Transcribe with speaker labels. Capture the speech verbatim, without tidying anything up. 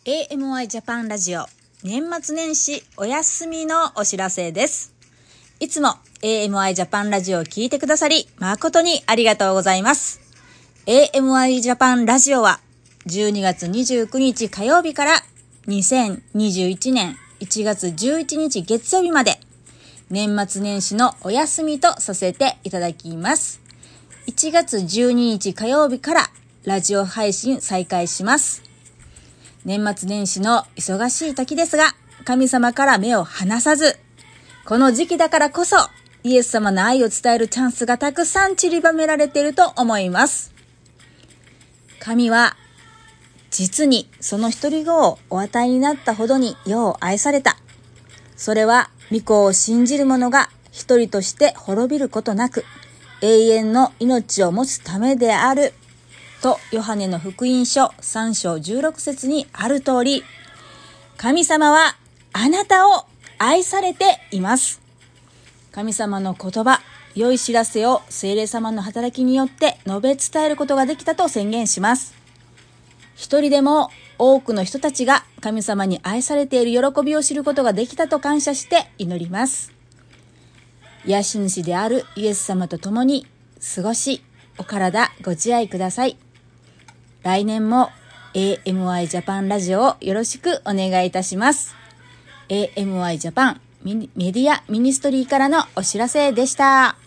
Speaker 1: エーエムワイ ジャパンラジオ年末年始お休みのお知らせです。いつも エーエムワイ ジャパンラジオを聞いてくださり誠にありがとうございます。 エーエムワイ ジャパンラジオはじゅうにがつにじゅうくにち火曜日からにせんにじゅういちねんいちがつじゅういちにち月曜日まで年末年始のお休みとさせていただきます。いちがつじゅうににち火曜日からラジオ配信再開します。年末年始の忙しい時ですが、神様から目を離さず、この時期だからこそイエス様の愛を伝えるチャンスがたくさん散りばめられていると思います。神は実にその一人子をお与えになったほどによう愛された。それは御子を信じる者が一人として滅びることなく、永遠の命を持つためである。とヨハネの福音書さんしょうじゅうろくせつにある通り、神様はあなたを愛されています。神様の言葉、良い知らせを聖霊様の働きによって述べ伝えることができたと宣言します。一人でも多くの人たちが神様に愛されている喜びを知ることができたと感謝して祈ります。癒し主であるイエス様と共に過ごし、お体ご自愛ください。来年も エーエムワイ ジャパンラジオをよろしくお願いいたします。エーエムワイ ジャパンメディアミニストリーからのお知らせでした。